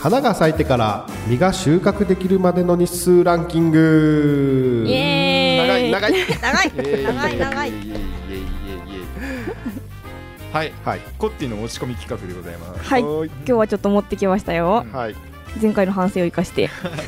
花が咲いてから実が収穫できるまでの日数ランキング。 イエーイ。 長い長い。 はい、 はい、 コッティの持ち込み企画でございます。 はい、今日はちょっと持ってきましたよ。 はい、 前回の反省を生かして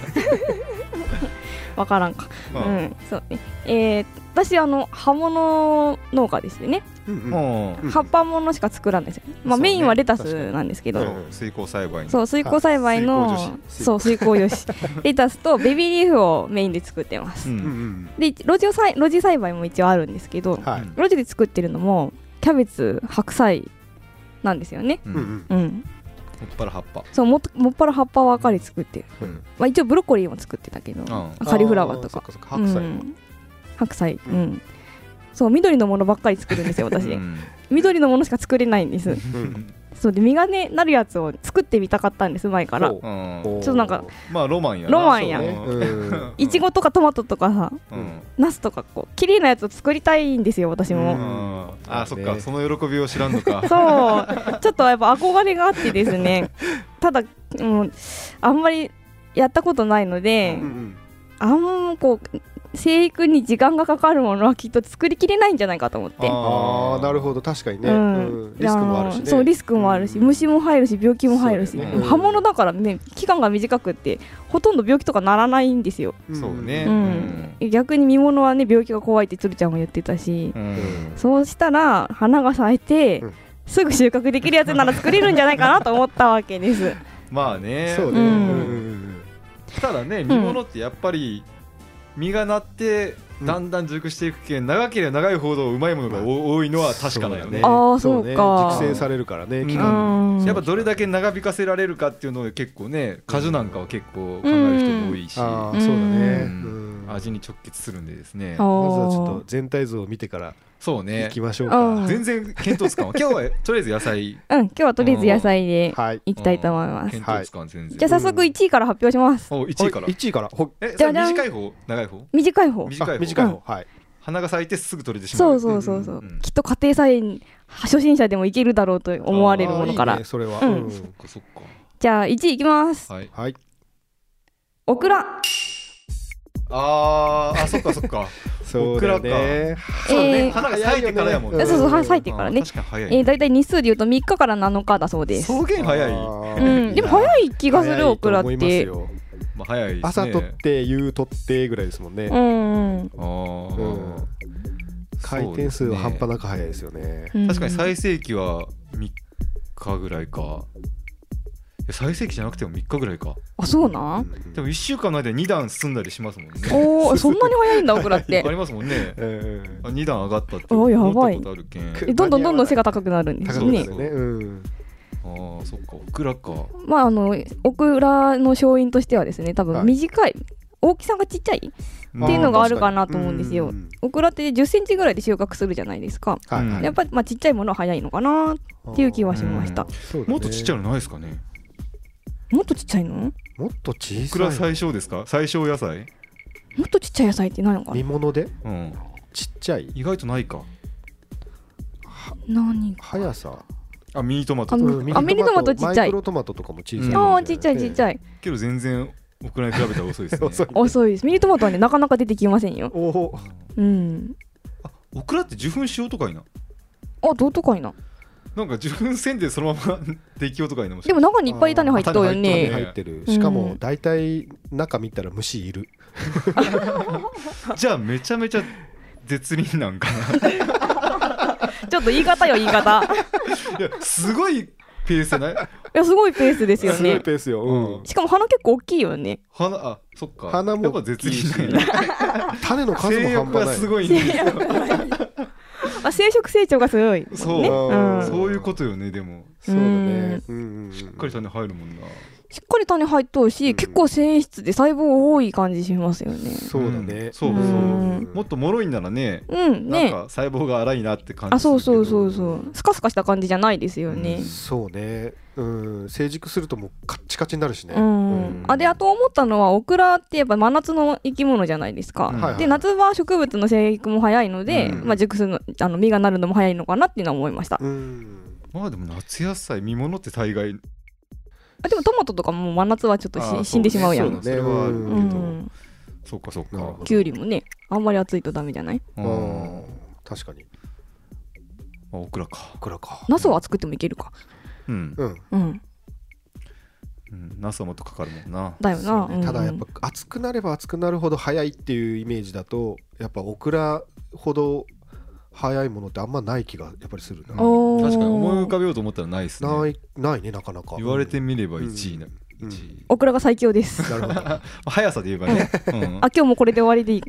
わからんか、 まあそうね。私葉物農家ですよね。葉っぱものしか作らないですよ。まあ、メインはレタスなんですけど、 水耕栽培のそう水耕栽培の水耕よしレタスとベビーリーフをメインで作ってます。で露地栽培も一応あるんですけど、露地で作ってるのもキャベツ、白菜なんですよね。 もっぱら葉っぱ。 そうもっぱら葉っぱばかり作ってる。まあ一応ブロッコリーも作ってたけど、カリフラワーとか白菜、そう緑のものばっかり作るんですよ私。緑のものしか作れないんです。そうで実がねなるやつを作ってみたかったんです前から。ちょっとなんかまあロマンやいちごとかトマトとかさ、ナスとかこう綺麗なやつを作りたいんですよ私も。 あ、そっか、その喜びを知らんのか。 そうちょっとやっぱ憧れがあってですねただあんまりやったことないので、こう生育に時間がかかるものはきっと作りきれないんじゃないかと思って。 ああ、なるほど、確かにね、リスクもあるしね。 そうリスクもあるし、虫も入るし病気も入るし、葉物だからね期間が短くってほとんど病気とかならないんですよ。 そうね。 逆に実物はね病気が怖いってつるちゃんも言ってたし、そうしたら花が咲いてすぐ収穫できるやつなら作れるんじゃないかなと思ったわけです。 まあね。 そうね。 ただね、実物ってやっぱり実がなってだんだん熟していくけん、長ければ長いほどうまいものが多いのは確かだよね。 ああ、そうか。 熟成されるからね。 やっぱどれだけ長引かせられるかっていうのを結構ね、果樹なんかは結構考える人も多いし、 ああ、そうだね。 味に直結するんでですね。 まずはちょっと全体像を見てからそうね行きましょうか。 全然見当つかんわ。今日はとりあえず野菜。 今日はとりあえず野菜でいきたいと思います。 見当つかん全然。 じゃあ早速1位から発表します。 お、1位から。 1位から。 じゃあ短い方、長い方？ 短い方。 短い方。はい。 花が咲いてすぐ取れてしまう。 そう。きっと家庭菜園初心者でもいけるだろうと思われるものから。 それは。 そっか。 じゃあ1位いきます。 はい。 オクラ。 そっか。 そうだね。 花が咲いてからやもんね。 そう咲いてからね。 確かに早い。 だいたい日数で言うと3日から7日だそうです。 草原早い。 でも早い気がするオクラって。 まあ早いですね。 朝取って夕取ってぐらいですもんね。回転数は半端なく早いですよね。 確かに最盛期は3日ぐらいか。最盛期じゃなくても3日ぐらいか。 あ、そうなん？ でも1週間の間で2段進んだりしますもんね。 おお、そんなに早いんだオクラって。 ありますもんね。2段上がったって思ったことあるけん。 どんどん背が高くなるんですよね。 ああ、そっか、オクラか。 まあオクラの勝因としてはですね、多分短い、大きさがちっちゃいっていうのがあるかなと思うんですよ。オクラって10センチぐらいで収穫するじゃないですか。やっぱりちっちゃいものは早いのかなっていう気はしました。 もっとちっちゃいのないですかね。 もっとちっちゃいの？ もっと小さい。 オクラ最小ですか？最小野菜？ もっとちっちゃい野菜って何のかな？ 実物で？ちっちゃい？ 意外とないか。 何？ 速さ？ ミニトマト。 ミニトマトちっちゃい。 マイクロトマトとかも小さい。 ちっちゃい。 けど全然オクラに比べたら遅いですね。 遅いです。ミニトマトはねなかなか出てきませんよ。 オクラって受粉しようとかいな。 どうとかいな。 なんか受粉せんでそのままできようとかいな。 でも中にいっぱい種入っとるよね。 入ってる。しかもだいたい中見たら虫いる。 じゃあめちゃめちゃ絶倫なんかな。ちょっと言い方よ言い方。 いやすごいペースない？いやすごいペースですよね。 すごいペースよ。 しかも花結構大きいよね。 そっか。 花もやっぱ絶倫ないな。 種の数も半端ない。 すごいね。 生殖成長がすごい。 そういうことよね。でもそうだね。 しっかり種入るもんな。 しっかり種入っとるし、結構繊維質で細胞多い感じしますよね。 そうだね。 そうもっと脆いんならね、なんか細胞が粗いなって感じ。 そうスカスカした感じじゃないですよね。 そうね。成熟するともうカッチカチになるしね。 あと思ったのはオクラってやっぱ真夏の生き物じゃないですか。で夏場植物の生育も早いので、熟するの実がなるのも早いのかなっていうのは思いました。 まあでも夏野菜見物って大概でもトマトとかも真夏はちょっと死んでしまうやん。 それはあるけど、そうかそうか。 キュウリもね、あんまり暑いとダメじゃない？ 確かに。 オクラか。 ナスは暑くてもいけるか。 ナスはもっとかかるもんな。 だよな。 ただやっぱ暑くなれば暑くなるほど早いっていうイメージだと、やっぱオクラほど早いものってあんまない気がやっぱりするな。確かに思い浮かべようと思ったらないですね。 ないね、なかなか。 言われてみれば1位な。 オクラが最強です。 なるほど。 速さで言えばね。 今日もこれで終わりでいい。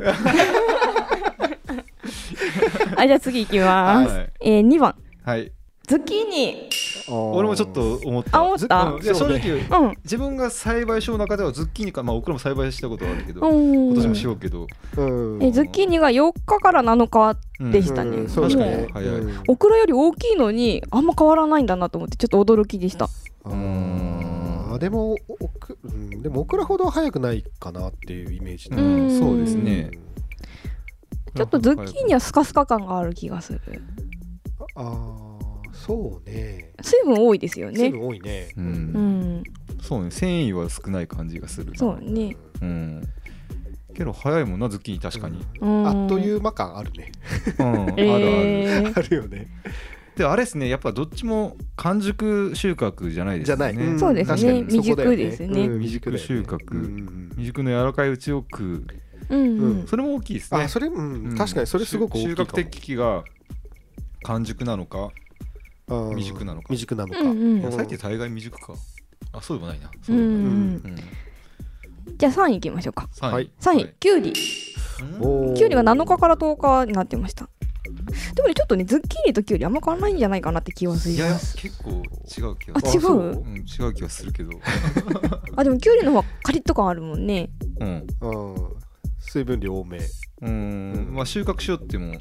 じゃあ次いきます。2番。 はい。 ズッキーニ。 俺もちょっと思った。 思った。 正直自分が栽培しよう中ではズッキーニか、まあ僕らも栽培したことはあるけど、今年もしようけど、 ズッキーニが4日から7日でしたね。 確かに早い。 オクラより大きいのにあんま変わらないんだなと思ってちょっと驚きでした。 でもオクラほど早くないかなっていうイメージ。 そうですね。 ちょっとズッキーニはスカスカ感がある気がする。 そうね。 水分多いですよね。 水分多いね。 そうね。繊維は少ない感じがする。 そうね。 けど早いもんな、ズッキーニ確かに。 あっという間感あるね。あるよね。 であれですね、やっぱどっちも完熟収穫じゃないですかね。 そうですね。未熟ですね。 未熟収穫、未熟の柔らかいうちを食う。それも大きいですね。 それ確かにそれすごく大きいかも。 収穫適期が完熟なのか未熟なのか。野菜って大概未熟か。そうでもないな。 じゃあ3位いきましょうか。 3 位キュウリ。キュウリは7日から10日になってました。でもね、ちょっとね、ズッキーニとキュウリあんま変わらないんじゃないかなって気はする。 いや結構違う気がする。 違う気がするけど。 でもキュウリの方はカリッと感あるもんね。 水分量多め。 まあ収穫しようっても。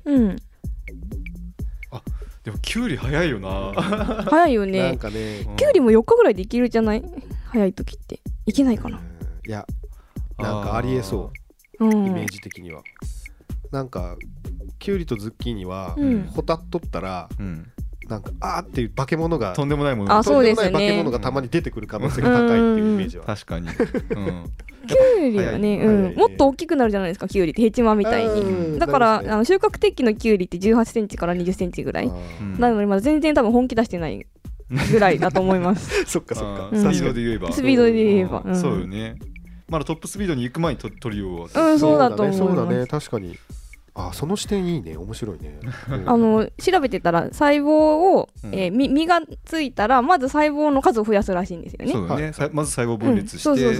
でもキュウリ早いよな。 早いよね。なんかね、キュウリも4日ぐらいでいけるじゃない？早い時っていけないかな。 いや、なんかありえそう。イメージ的には。なんかキュウリとズッキーニはホタっとったら、なんかっていう化け物が、 とんでもないもの、 そうですね、 化け物がたまに出てくる可能性が高いっていうイメージは。 確かに。 キュウリはね、もっと大きくなるじゃないですか、キュウリってヘチマみたいに。だから収穫適期のキュウリって18センチから20センチぐらいなので、まだ全然多分本気出してないぐらいだと思います。 そっかそっか。 スピードで言えば。 スピードで言えば。 そうよね。まだトップスピードに行く前に取りようは。 そうだと思います。 そうだね、確かに。その視点いいね、面白いね。 調べてたら細胞を実がついたらまず細胞の数を増やすらしいんですよね。 そうね。まず細胞分裂して、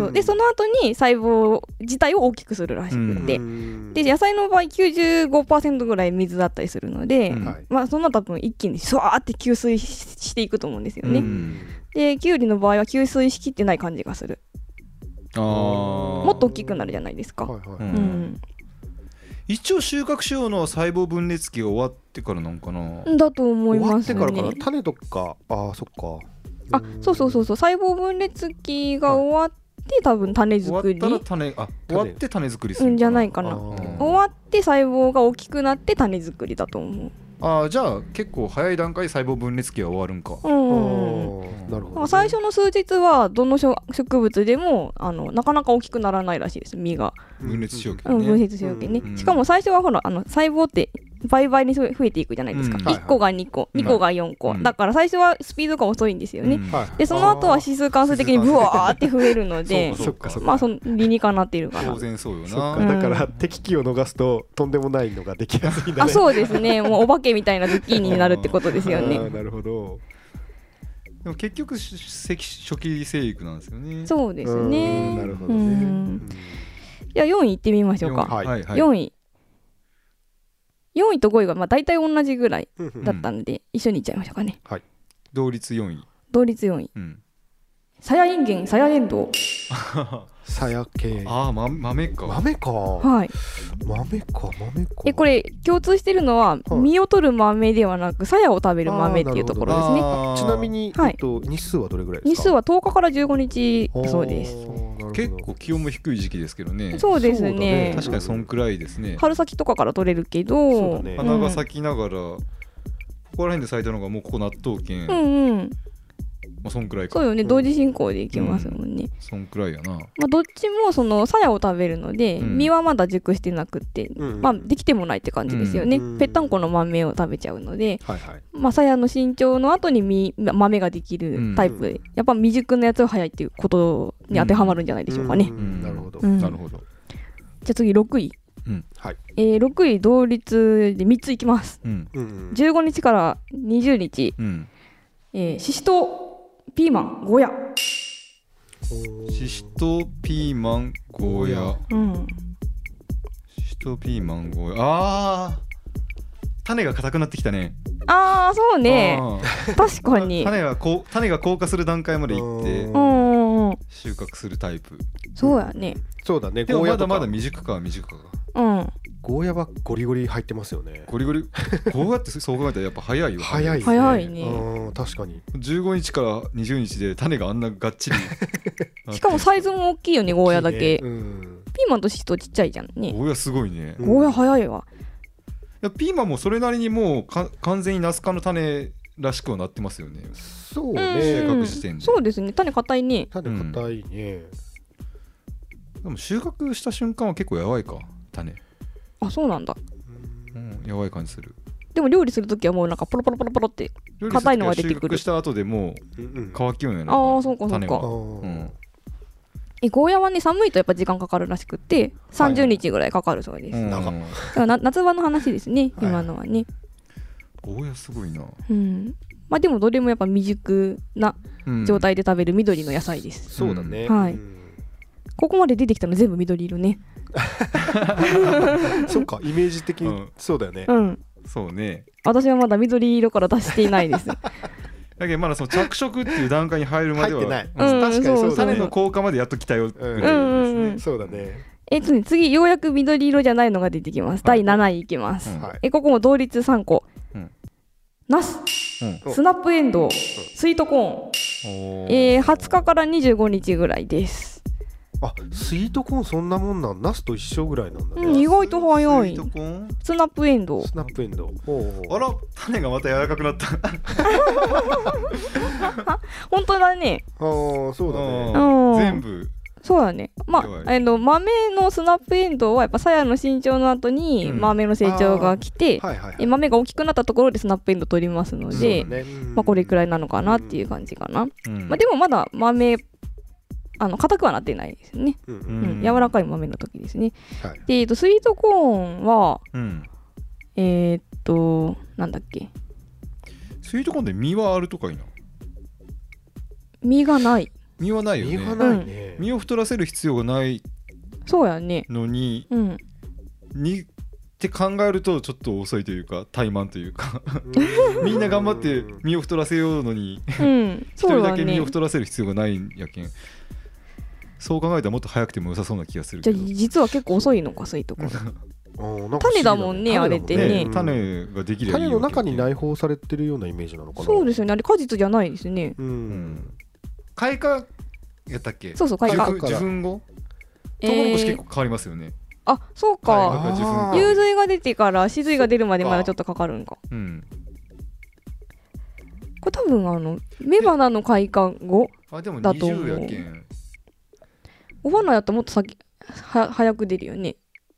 でその後に細胞自体を大きくするらしくて、で野菜の場合 95% ぐらい水だったりするので、その後多分一気にスワーって吸水していくと思うんですよね。でキュウリの場合は吸水しきってない感じがする。もっと大きくなるじゃないですか。 一応収穫しようの細胞分裂期が終わってからなんかな。 だと思いますね。 終わってからかな。種とかそっか。 そう細胞分裂期が終わって多分種作り。 終わって種作りするんじゃないかな。終わって細胞が大きくなって種作りだと思う。 じゃあ結構早い段階で細胞分裂期が終わるんか。 なるほど。 最初の数日はどの植物でもなかなか大きくならないらしいです。実が分裂しようけね。分裂しようけね。しかも最初はほら細胞って倍々に増えていくじゃないですか。1個が2個、2個が4個。だから最初はスピードが遅いんですよね。でその後は指数関数的にブワーって増えるので、まあその理にかなっているかな。 当然そうよな。 だから適期を逃すととんでもないのができやすいんだね。 そうですね。もうお化けみたいなズッキーニになるってことですよね。 なるほど。 でも結局初期生育なんですよね。 そうですね。 なるほどね。 じゃあ4位いってみましょうか。4位と5位が大体同じぐらいだったんで一緒にいっちゃいましょうかね。 同率4位。 同率4位。さやいんげん、さやえんどう。 さや系。 豆か。 豆か。 はい。 豆か。 これ共通してるのは実を取る豆ではなくさやを食べる豆っていうところですね。 ちなみに日数はどれぐらいですか？ 日数は10日から15日そうです。 結構気温も低い時期ですけどね。 そうですね。 確かにそんくらいですね。 春先とかから取れるけど、 花が咲きながらここら辺で咲いたのがもうここ納豆県。 まあそんくらいか。 そうよね、同時進行でいきますもんね。 そんくらいやな。 まあどっちもその鞘を食べるので、実はまだ熟してなくて、まあできてもないって感じですよね。ぺったんこの豆を食べちゃうので、まあ鞘の新調の後に豆ができるタイプで、やっぱ未熟なやつが早いっていうことに当てはまるんじゃないでしょうかね。 なるほど、 なるほど。 じゃあ次6位。6位同率で3ついきます。15日から20日、ししとうピーマンゴーヤ。 ししとうピーマンゴーヤ。ししとうピーマンゴーヤ。あー、種が硬くなってきたね。 ああ、そうね、確かに種が硬化する段階までいって収穫するタイプ。 そうやね。 そうだね。 でもまだまだ未熟か。 ゴーヤはゴリゴリ入ってますよね。 ゴリゴリ。ゴーヤってそう考えたらやっぱ早いよ。 早いね。 確かに。 15日から20日で種があんながっちり。 しかもサイズも大きいよね、ゴーヤだけ。ピーマンとししとうちっちゃいじゃんね。 ゴーヤすごいね。 ゴーヤ早いわ。 ピーマンもそれなりにもう完全にナス科の種らしくはなってますよね。 そうね。 収穫時点で。 そうですね。種硬いね。 種硬いね。 でも収穫した瞬間は結構やわいか、種。 あ、そうなんだ。 やわい感じする。 でも料理するときはもうなんかポロポロポロポロって硬いのが出てくる。 収穫した後でもう乾きようよね。 ああ、そうかそうか。ゴーヤはね、寒いとやっぱ時間かかるらしくて30日ぐらいかかるそうです。夏場の話ですね、今のはね。 ゴーヤすごいな。 まあでもどれもやっぱ未熟な状態で食べる緑の野菜です。 そうだね。 はい。ここまで出てきたの全部緑色ね。 そうか、イメージ的にそうだよね。 そうね。 私はまだ緑色から出していないです。 だけどまだその着色っていう段階に入るまでは入ってない。確かにそうだね。 種の効果までやっときたよぐらいですね。 そうだね。 次ようやく緑色じゃないのが出てきます。第7位いきます。ここも同率3個。ナス、スナップエンドウ、スイートコーン。20日から25日ぐらいです。 あ、スイートコーンそんなもんなん。ナスと一緒ぐらいなんだね。 意外と早い。スナップエンドウ。 スナップエンドウ。 あら、種がまた柔らかくなった。 本当だね。 ああ、そうだね。全部。 そうだね。まあ、豆のスナップエンドウはやっぱ鞘の新調の後に豆の成長が来て、豆が大きくなったところでスナップエンドウ取りますので、まあこれくらいなのかなっていう感じかな。まあでもまだ豆硬くはなってないですね。柔らかい豆の時ですね。で、スイートコーンはなんだっけ。 スイートコーンで実はあるとかいな。 実がない。 実はないよね。 実がないね。 実を太らせる必要がないそうやねのに、にって考えるとちょっと遅いというか怠慢というかみんな頑張って実を太らせようのに一人だけ実を太らせる必要がないんやけん。そう考えたらもっと早くても良さそうな気がするけど。 じゃあ実は結構遅いのか、そういうところ。種だもんね、あれってね。 種ができる。 種の中に内包されてるようなイメージなのかな。 そうですよね。あれ果実じゃないですね。 開花やったっけ。 そうそう、開花。 受粉後トウモロコシ結構変わりますよね。 あ、そうか。融水が出てから子髄が出るまでまだちょっとかかるんか。これ多分雌花の開花後だと思う。お花やったらもっと早く出るよね。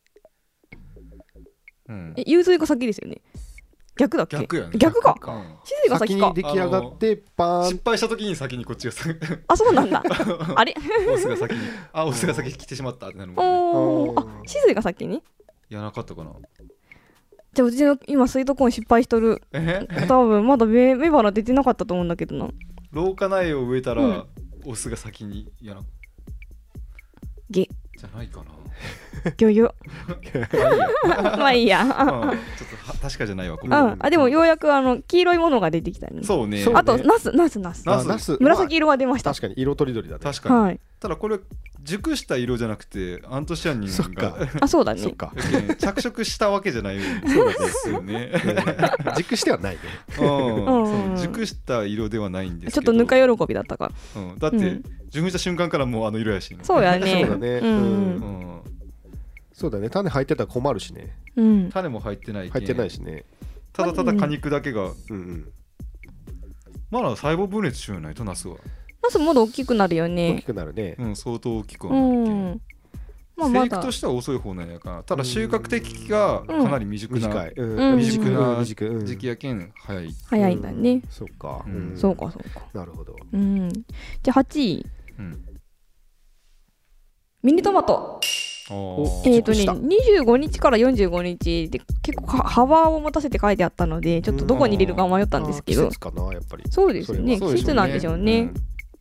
融水が先ですよね。逆だっけ。逆か。子髄が先か。 先に出来上がってパーン。 失敗した時に先にこっちがあ、そうなんだ。あれ。 オスが先に。あ、オスが先に来てしまったってなるもんね。 あ、子髄が先に。 いやなかったかな。 じゃあうちの今スイートコーン失敗しとる。多分まだ雌花出てなかったと思うんだけどな。 廊下苗を植えたらオスが先にやな。 じゃないかな。 ギョギョ。まあいいや。 ちょっと確かじゃないわ。 あ、でもようやく黄色いものが出てきたね。 そうね。 あとナス。紫色が出ました。 確かに色とりどりだね。 確かに。ただこれ熟した色じゃなくてアントシアニンが。 あ、そうだね。 着色したわけじゃないですよね。 熟してはないね。 熟した色ではないんです。 ちょっとぬか喜びだったか。 だって受粉した瞬間からもう色やし。 そうやね。 そうだね。そうだね。種入ってたら困るしね。 種も入ってない。 入ってないしね。 ただただ果肉だけがまだ細胞分裂しようないとナスは。 ナスもっと大きくなるよね。 大きくなるね。 相当大きくはなるけど、まあ、生育としては遅い方なんやから、ただ収穫的期がかなり未熟な時期やけん早いんだね。 そうか、 そうかそうか。 なるほど。 じゃあ8位、ミニトマト。25日から45日で結構幅を持たせて書いてあったので、ちょっとどこに入れるか迷ったんですけど、 季節かな、やっぱり。 そうですね、季節なんでしょうね。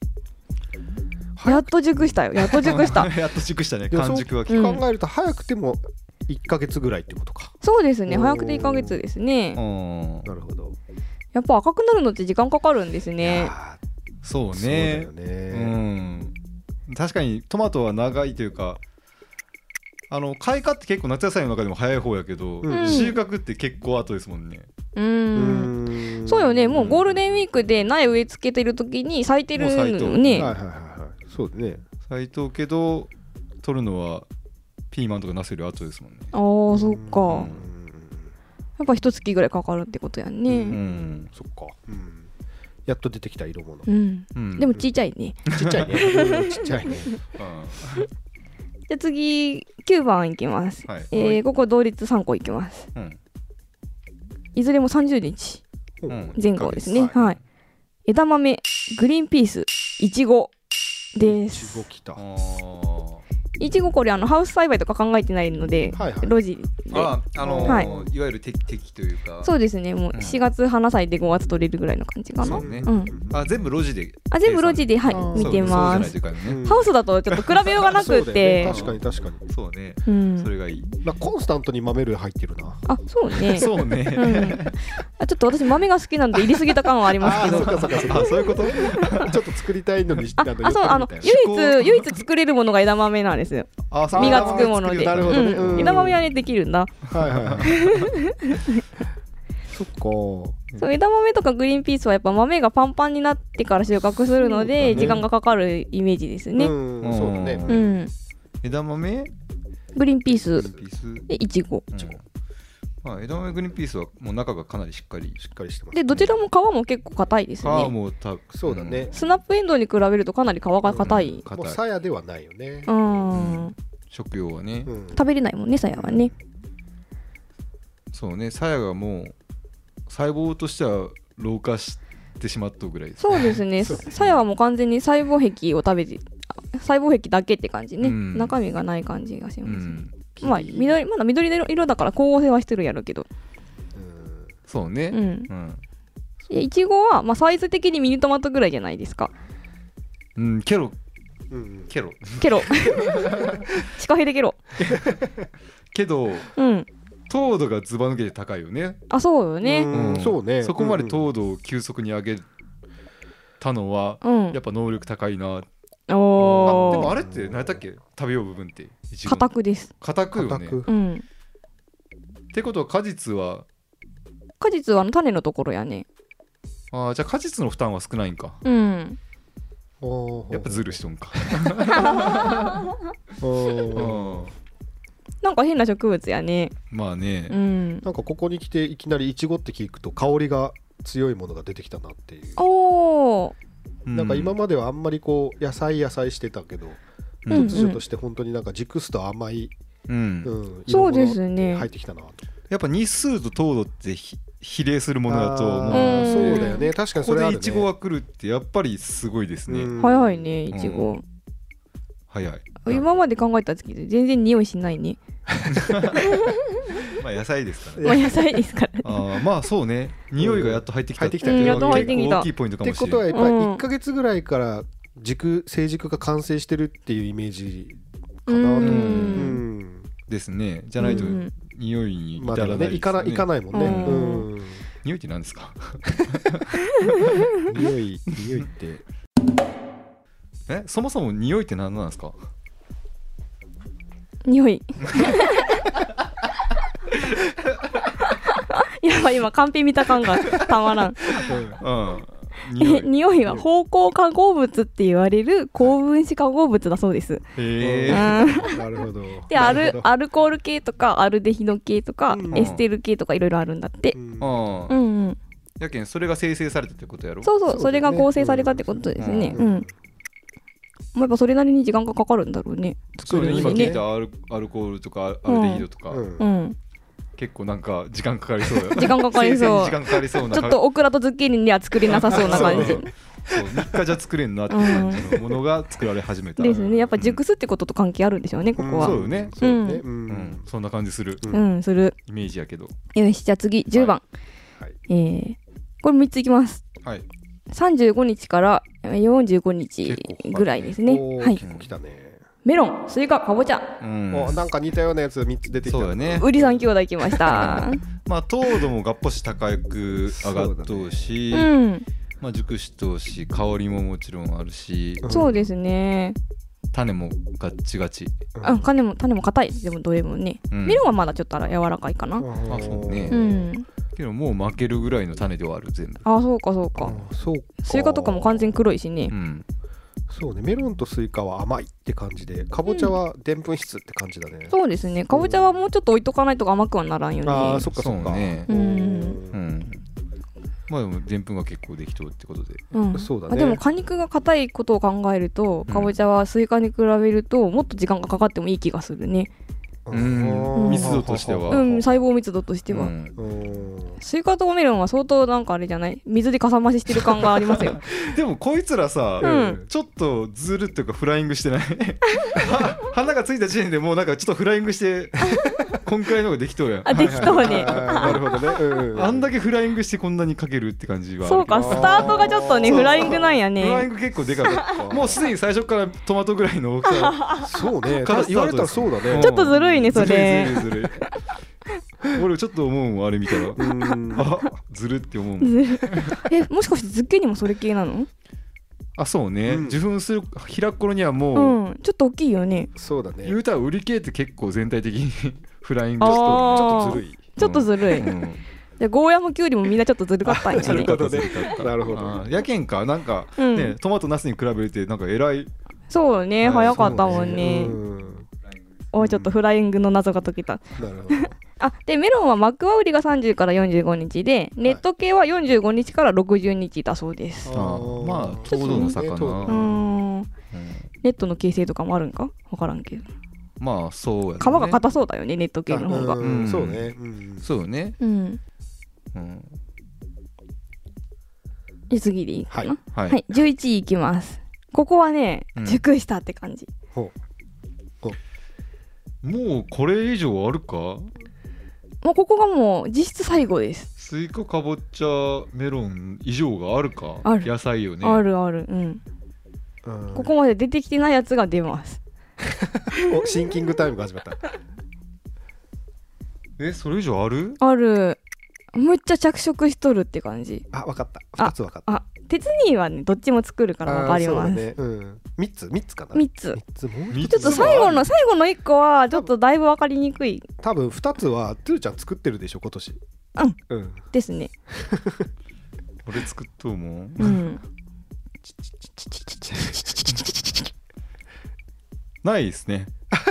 やっと熟したよ。やっと熟したね。完熟は考えると早くても1ヶ月ぐらいってことか。 そうですね、早くて1ヶ月ですね。 なるほど。 やっぱ赤くなるのって時間かかるんですね。 そうね。確かにトマトは長いというか、開花って結構夏野菜の中でも早い方やけど、収穫って結構後ですもんね。 そうよね。もうゴールデンウィークで苗植え付けてる時に咲いてるのね。 そうね。 咲いとうけど取るのはピーマンとかナスより後ですもんね。 ああ、そっか。やっぱ一月ぐらいかかるってことやね。 そっか。やっと出てきた色物。 でもちっちゃいね。 ちっちゃいね。ちっちゃいね。 じゃあ次9番いきます。ここ同率3個いきます。いずれも30日前後ですね。はい。枝豆、グリーンピース、いちごです。 いちごきた。 いちごこれハウス栽培とか考えてないので、路地で、いわゆる適というか、 そうですね、もう4月花咲いて5月取れるぐらいの感じかな。 全部路地で、 全部路地で、はい、見てます。ハウスだとちょっと比べようがなくて、 確かに確かに、 そうね、それがいい。 コンスタントに豆類入ってるな。 あ、そうね、 そうね。 ちょっと私豆が好きなんで入れすぎた感はありますけど。 そういうこと。ちょっと作りたいのに、 唯一作れるものが枝豆なんです。実がつくもので、枝豆はねできるんだ。 そっか。 そう、枝豆とかグリーンピースはやっぱ豆がパンパンになってから収穫するので時間がかかるイメージですね。 そうだね。 枝豆、 グリーンピースでいちご。 枝豆グリーンピースはもう中がかなりしっかりしてます。 でどちらも皮も結構硬いですね。 皮もそうだね。 スナップエンドウに比べるとかなり皮が硬い。 もうさやではないよね。 食用はね。 食べれないもんね、さやはね。 そうね、さやがもう細胞としては老化してしまったぐらいです。 そうですね。さやはもう完全に細胞壁を食べて、細胞壁だけって感じね。中身がない感じがします。まだ緑色だから光合成はしてるやろうけど。 そうね。 いちごはサイズ的にミニトマトぐらいじゃないですか。 ケロシカヘデケロけど、糖度がずば抜けて高いよね。 あ、そうよね。 そうね。 そこまで糖度を急速に上げたのはやっぱ能力高いな。でもあれって何だっけ、食べよう部分って果汁です。 果汁よね。ってことは果実は種のところやね。 じゃあ果実の負担は少ないんか。やっぱズルしとんか。 なんか変な植物やね。 まあね。 なんかここに来ていきなりイチゴって聞くと香りが強いものが出てきたなっていう。なんか今まではあんまりこう野菜してたけど、突如として本当になんか熟すと甘いそうですね、 入ってきたなと。 やっぱ日数と糖度って比例するものだと思う。 そうだよね、確かにそれあるね。 ここでイチゴが来るってやっぱりすごいですね。 早いね、イチゴ。 早い。 今まで考えた時で全然匂いしないね。 まあ野菜ですからね。 野菜ですからね。まあそうね、匂いがやっと入ってきたっていうのは結構大きいポイントかもしれない。 ってことはやっぱり1ヶ月ぐらいから成熟が完成してるっていうイメージかなと。 ですね。じゃないと匂いに至らないですね。 いかないもんね。 匂いって何ですか？ 匂いってそもそも匂いって何なんですか？ 匂いやばい、今カンペ見た感がたまらん。匂いは芳香化合物って言われる高分子化合物だそうです。 なるほど。 でアルコール系とかアルデヒド系とかエステル系とかいろいろあるんだって。 やけんそれが生成されたってことやろ。 そうそう、それが合成されたってことですね。やっぱそれなりに時間がかかるんだろうね。 そうね、今聞いたアルコールとかアルデヒドとか、結構なんか時間かかりそうや。 時間かかりそう。 時間かかりそうな。 ちょっとオクラとズッキーニには作れなさそうな感じ。 そう3日じゃ作れんなって感じのものが作られ始めた。 ですね。やっぱ熟すってことと関係あるんでしょうね、ここは。 そうよね。そんな感じする。 する。 イメージやけど。 よし、じゃあ次10番。これ3ついきます。はい。35日から45日ぐらいですね。はい。結構きたね。メロン、スイカ、かぼちゃ。 なんか似たようなやつ3つ出てきた。 そうだね。 ウリ3兄弟来ました。 まあ糖度もがっぽし高く上がっとうし、まあ熟しとうし、香りももちろんあるし。 そうですね。 種もガッチガチ。 種も硬い。でもどれもね。メロンはまだちょっと柔らかいかな。 あ、そうね。けどもう負けるぐらいの種ではある全部。 あ、そうかそうか。スイカとかも完全黒いしね。 そうね、メロンとスイカは甘いって感じで、かぼちゃはでんぷん質って感じだね。 そうですね、かぼちゃはもうちょっと置いとかないと甘くはならんよね。 あ、そっかそっか。 まあでもでんぷんが結構できとるってことで。 そうだね。 でも果肉が硬いことを考えると、かぼちゃはスイカに比べるともっと時間がかかってもいい気がするね。 密度としては。 細胞密度としては。スイカとメロンは相当なんかあれじゃない、水でかさ増ししてる感がありますよ。 でもこいつらさ、ちょっとずるっていうかフライングしてない？花がついた時点でもうなんかちょっとフライングしてこんくらいのができとうやん。 あ、できとうね。 なるほどね。 あんだけフライングしてこんなにかけるって感じは。 そうか、スタートがちょっとねフライングなんやね。 フライング結構でかかった。もうすでに最初からトマトぐらいの大きさ。 そうね。言われたらそうだね。 ちょっとずるいねそれ。 ずるい。俺ちょっと思うもんあれ見たら、あ、ずるって思うもん。 もしかしてズッキーニもそれ系なの？ あ、そうね。受粉する開く頃にはもうちょっと大きいよね。 そうだね。 言うたら売り系って結構全体的にフライングしてちょっとずるい。 ちょっとずるい。じゃゴーヤもキュウリもみんなちょっとずるかったんやね。 なるほど。 やけんかなんかね、トマトナスに比べてなんか偉い。 そうね、早かったもんね。ちょっとフライングの謎が解けた。 なるほど。 でメロンはマックワウリが30から45日で、ネット系は45日から60日だそうです。 まあちょうどの差かな。 ネットの形成とかもあるんか分からんけど、 まあそうやね。 皮が硬そうだよね、ネット系の方が。 そうね。 そうね。 次でいいかな。はい、11位いきます。ここはね、熟したって感じ。 もうこれ以上あるか？もうここがもう実質最後です。 スイカ、かぼちゃ、メロン以上があるか？ ある。 野菜よね。 あるある。ここまで出てきてないやつが出ます。 シンキングタイムが始まった。 それ以上ある？ ある。むっちゃ着色しとるって感じ。 分かった。2つ分かった。 鉄にはねどっちも作るから分かります。 3つかな。 3つ。ちょっと最後の1個はちょっとだいぶ分かりにくい。 多分2つはトゥーちゃん作ってるでしょ今年。 ですね。 俺作っとうもん。ないっすね。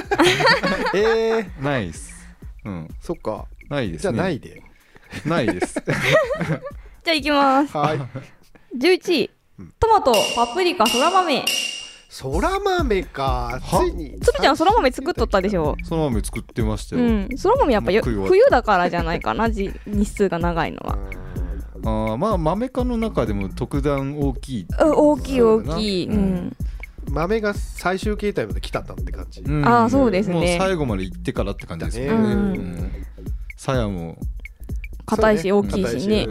ないっす。 そっか。 ないですね。 じゃあないで。 ないです。 じゃあいきます。11位、トマト、パプリカ、そら豆。 そら豆か。ついにつるちゃんそら豆作っとったでしょ。 そら豆作ってましたよ。 そら豆やっぱ冬だからじゃないかな、日数が長いのは。 まあ豆科の中でも特段大きい。 大きい。 豆が最終形態まで来たったって感じ。 そうですね。 もう最後まで行ってからって感じですよね。さやも硬いし大きいしね。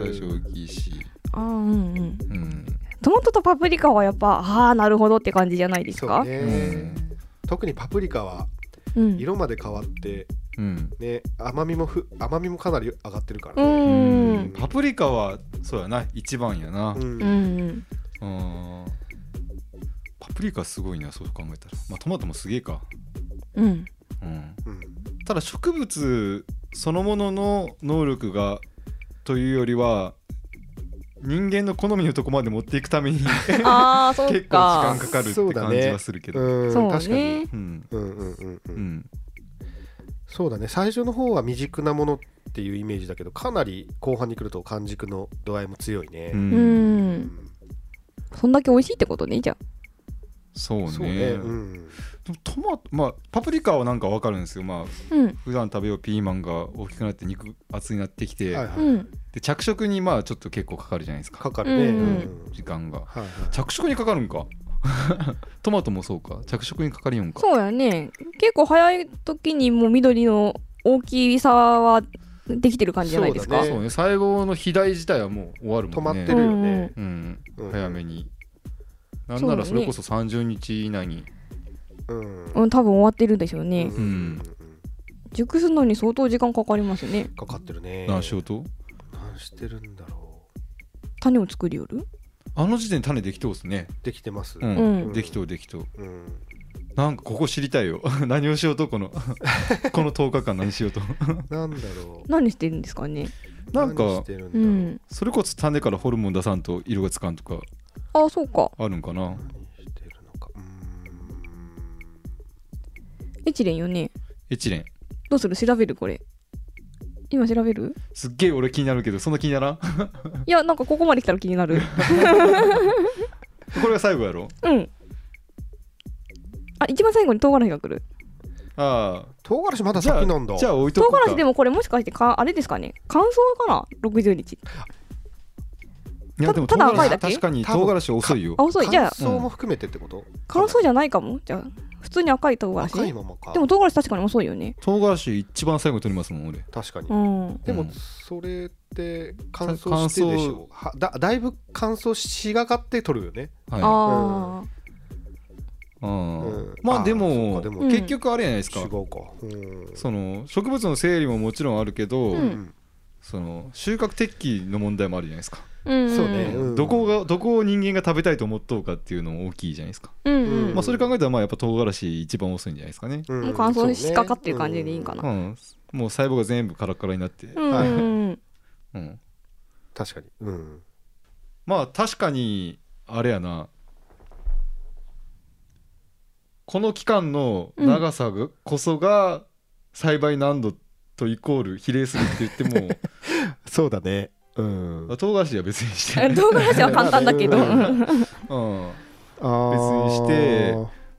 トマトとパプリカはやっぱなるほどって感じじゃないですか。 特にパプリカは色まで変わって甘みもかなり上がってるからね。 パプリカはそうやな、一番やな。パプリカすごいな、そう考えたら。まあトマトもすげえか。ただ植物そのものの能力がというよりは人間の好みのとこまで持っていくために結構時間かかるって感じはするけど。 確かに。 そうだね、最初の方は未熟なものっていうイメージだけど、かなり後半に来ると完熟の度合いも強いね。 そんだけ美味しいってことね。じゃあそうね。 そうね、うん、 でもトマト、まあパプリカはなんか分かるんですよ。まあ、普段食べようピーマンが大きくなって肉厚になってきて、はいはい、で着色にまあちょっと結構かかるじゃないですか。 かかるね、 時間が、はいはい、着色にかかるんかトマトもそうか、着色にかかりよんか。 そうやね。結構早い時にもう緑の大きさはできてる感じじゃないですか。 そうね、最後の肥大自体はもう終わるもんね。 止まってるよね、 早めに。なんならそれこそ30日以内に、 多分終わってるでしょうね。熟すのに相当時間かかりますね。 かかってるね。 何しようと？ 何してるんだろう。 種を作りよる？ あの時点で種できとうっすね。 できてます。 できとう。なんかここ知りたいよ何をしようとこの10日間何しようとなんだろう。 何してるんですかね。 なんかそれこそ種からホルモン出さんと色がつかんとか。 あ、そうか。 あるんかな。 何してるのか。 エチレンよね。 エチレン。 どうする？調べる？これ今調べる？ すっげえ俺気になるけど、そんな気にならんいや、なんかここまで来たら気になるこれが最後やろ。 あ、一番最後に唐辛子が来る。 唐辛子まだ先なんだ。 じゃあ置いとくか。 唐辛子でもこれもしかしてあれですかね、乾燥かな。60日。 いやでもただ赤いだけ。 確かに唐辛子遅いよ。 遅い。じゃあ乾燥も含めてってこと？ 乾燥じゃないかも。じゃあ普通に赤い唐辛子。 赤いままか。 でも唐辛子確かに遅いよね。 唐辛子一番最後に取りますもん俺。 確かに。でもそれって乾燥してでしょ。だいぶ乾燥しがかって取るよね。 まあでも結局あれじゃないですか。 違うか。 その植物の整理ももちろんあるけど、その収穫適期の問題もあるじゃないですか。 そうね。 どこを人間が食べたいと思っとうかっていうのも大きいじゃないですか。まあそれ考えたらまあやっぱ唐辛子一番遅いんじゃないですかね。 もう乾燥しかかってる感じでいいんかな。 もう細胞が全部カラカラになって。 確かに。 まあ確かにあれやな。この期間の長さこそが栽培難度とイコール比例するって言ってもそうだね。 唐辛子は別にして唐辛子は簡単だけど別にして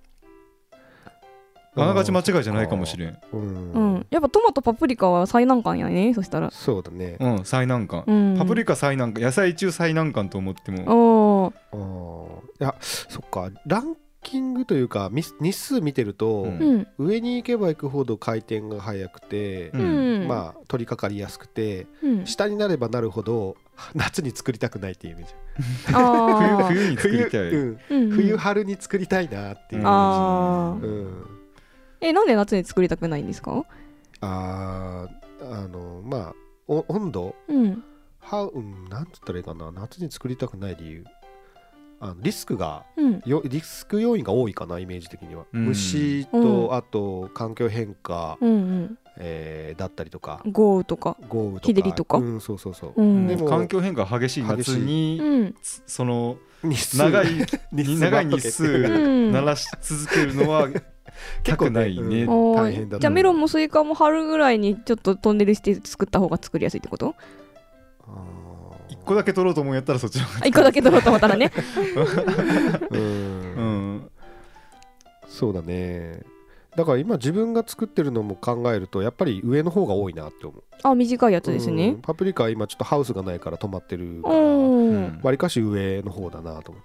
あながち間違いじゃないかもしれん。 やっぱトマトパプリカは最難関やね。そしたらそうだね。 最難関。パプリカ最難関、野菜中最難関と思っても。 いやそっか、ランキングというか日数見てると、上に行けば行くほど回転が速くて、まあ取り掛かりやすくて、下になればなるほど夏に作りたくないっていうイメージ。 冬に作りたい。 冬春に作りたいなっていうイメージ。 なんで夏に作りたくないんですか？ まあ温度、なんつったらいいかな、夏に作りたくない理由、リスク要因が多いかな、イメージ的には。虫とあと環境変化だったりとか、 豪雨とか日照りとか。 そうそうそう。 でも環境変化激しい夏にその長い日数鳴らし続けるのは結構ないね。 大変だ。 じゃあメロンもスイカも春ぐらいにちょっとトンネルして作った方が作りやすいってこと？ 1個だけ取ろうと思うんやったらそっちの方が。 1個だけ取ろうと思ったらね。 そうだね。だから今自分が作ってるのも考えるとやっぱり上の方が多いなって思う。 短いやつですね。 パプリカは今ちょっとハウスがないから止まってるから、わりかし上の方だなと思って。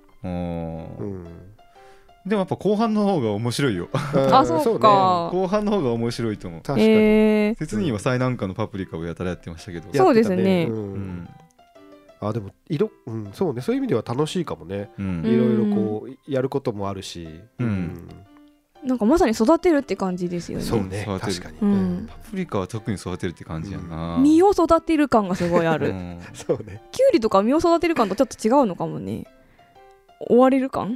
でもやっぱ後半の方が面白いよ。 そうか。 後半の方が面白いと思う。 確かに。 説には最難関のパプリカをやたらやってましたけど。 そうですね。 でもそうね、そういう意味では楽しいかもね。いろいろこうやることもあるし、 なんかまさに育てるって感じですよね。 そうね、確かに。 パプリカは特に育てるって感じやな。 実を育てる感がすごいある。 そうね。 キュウリとか実を育てる感とちょっと違うのかもね。追われる感。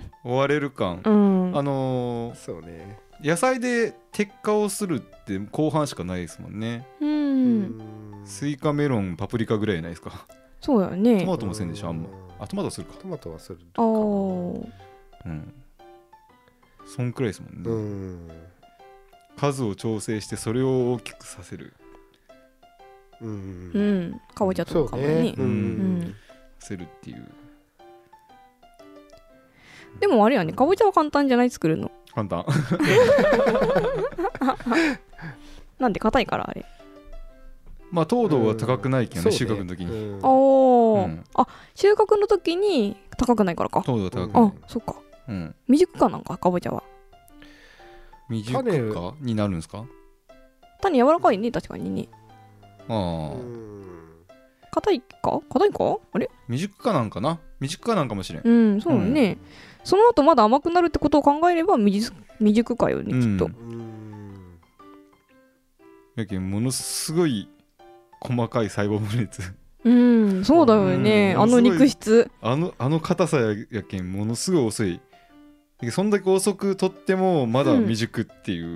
そうね。 野菜で摘果をするって後半しかないですもんね。スイカ、メロン、パプリカぐらいないですか。 そうやね。 トマトもせんでしょ、あんま。トマトはするか。 トマトはするか。 そんくらいですもんね。 数を調整してそれを大きくさせる。 かぼちゃとかもね。 させるっていう。 でもあれやね、かぼちゃは簡単じゃない作るの。 簡単。 なんで硬いからあれ。 まあ糖度は高くないけどね、収穫の時に。 あ、収穫の時に高くないからか。 糖度は高くない。 あ、そっか。未熟かなんか、かぼちゃは。 未熟かになるんですか？ 種柔らかいね、確かにね。硬いかあれ未熟かなんかな、未熟かなんかもしれん。 そうね。その後まだ甘くなるってことを考えれば未熟かよね、きっと。 やけんものすごい細かい細胞分裂。 そうだよね、あの肉質。 あの硬さやけんものすごい遅い。そんだけ遅くとってもまだ未熟っていう。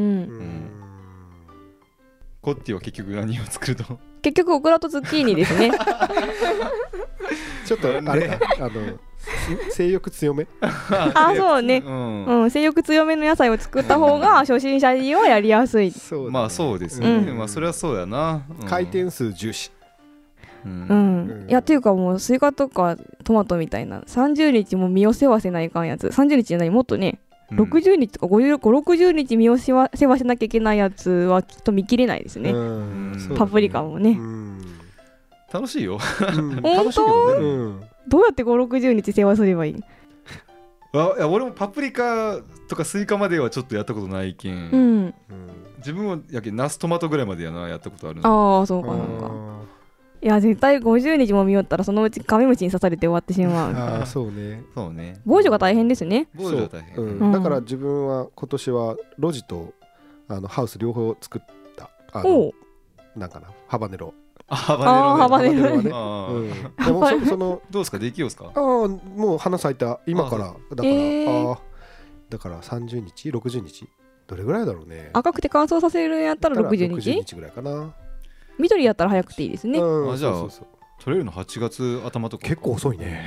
コッティは結局何を作ると？ 結局オクラとズッキーニですね。 ちょっとあれか、性欲強め。 そうね、性欲強めの野菜を作った方が初心者にはやりやすい。 まあそうですね。まあそれはそうやな。 回転数重視。 いやっていうかもうスイカとかトマトみたいな30日も身を世話せないかんやつ、30日じゃない、もっとね、60日とか50、60日身を世話しなきゃいけないやつはきっと見切れないですね。パプリカもね。 楽しいよ。 本当？どうやって5、60日世話すればいい？ いや俺もパプリカとかスイカまではちょっとやったことないけん。自分はやけんナストマトぐらいまでやったことある。 そうかなんか。いや絶対50日も見よったらそのうちカメムシに刺されて終わってしまう。 そうね。 防除が大変ですね。 防除が大変。 だから自分は今年は路地とハウス両方作った。なんかな、ハバネロ。 ハバネロね。でもそのどうですか、できようですか？ もう花咲いた今からだから30日60日どれぐらいだろうね。 赤くて乾燥させるんやったら60日ぐらいかな。 緑やったら早くていいですね。 じゃあ取れるの8月頭とか。 結構遅いね。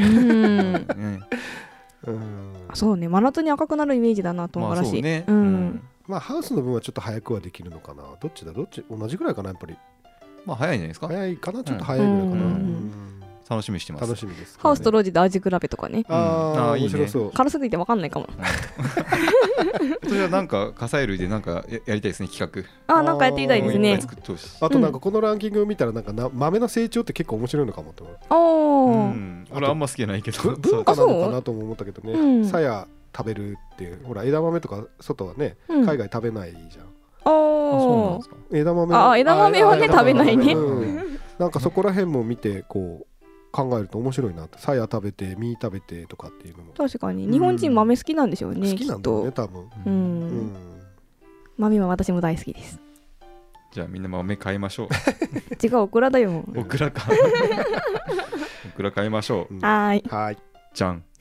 そうね、真夏に赤くなるイメージだな、唐辛子。 まあハウスの分はちょっと早くはできるのかな。どっち同じぐらいかな、やっぱり。 まあ早いんじゃないですか。 早いかな、ちょっと早いぐらいかな。 楽しみにしてます。 楽しみです。 ハウスと路地で味比べとかね。 面白そう。 辛すぎて分かんないかも。 それはなんか火砕類でなんかやりたいですね、企画。なんかやってみたいですね。 あとなんかこのランキングを見たらなんか豆の成長って結構面白いのかもと思う。俺あんま好きじゃないけど。 文化なのかなとも思ったけどね。さや食べるっていう、ほら枝豆とか外はね海外食べないじゃん。 そうなんですか。 枝豆はね食べないね。 なんかそこら辺も見てこう考えると面白いなって。さや食べて実食べてとかっていうのも確かに日本人豆好きなんでしょうね。 好きなんだよね多分。 豆は私も大好きです。 じゃあみんな豆買いましょう。 違う、オクラだよ。 オクラか。オクラ買いましょう。 はい。 じゃん。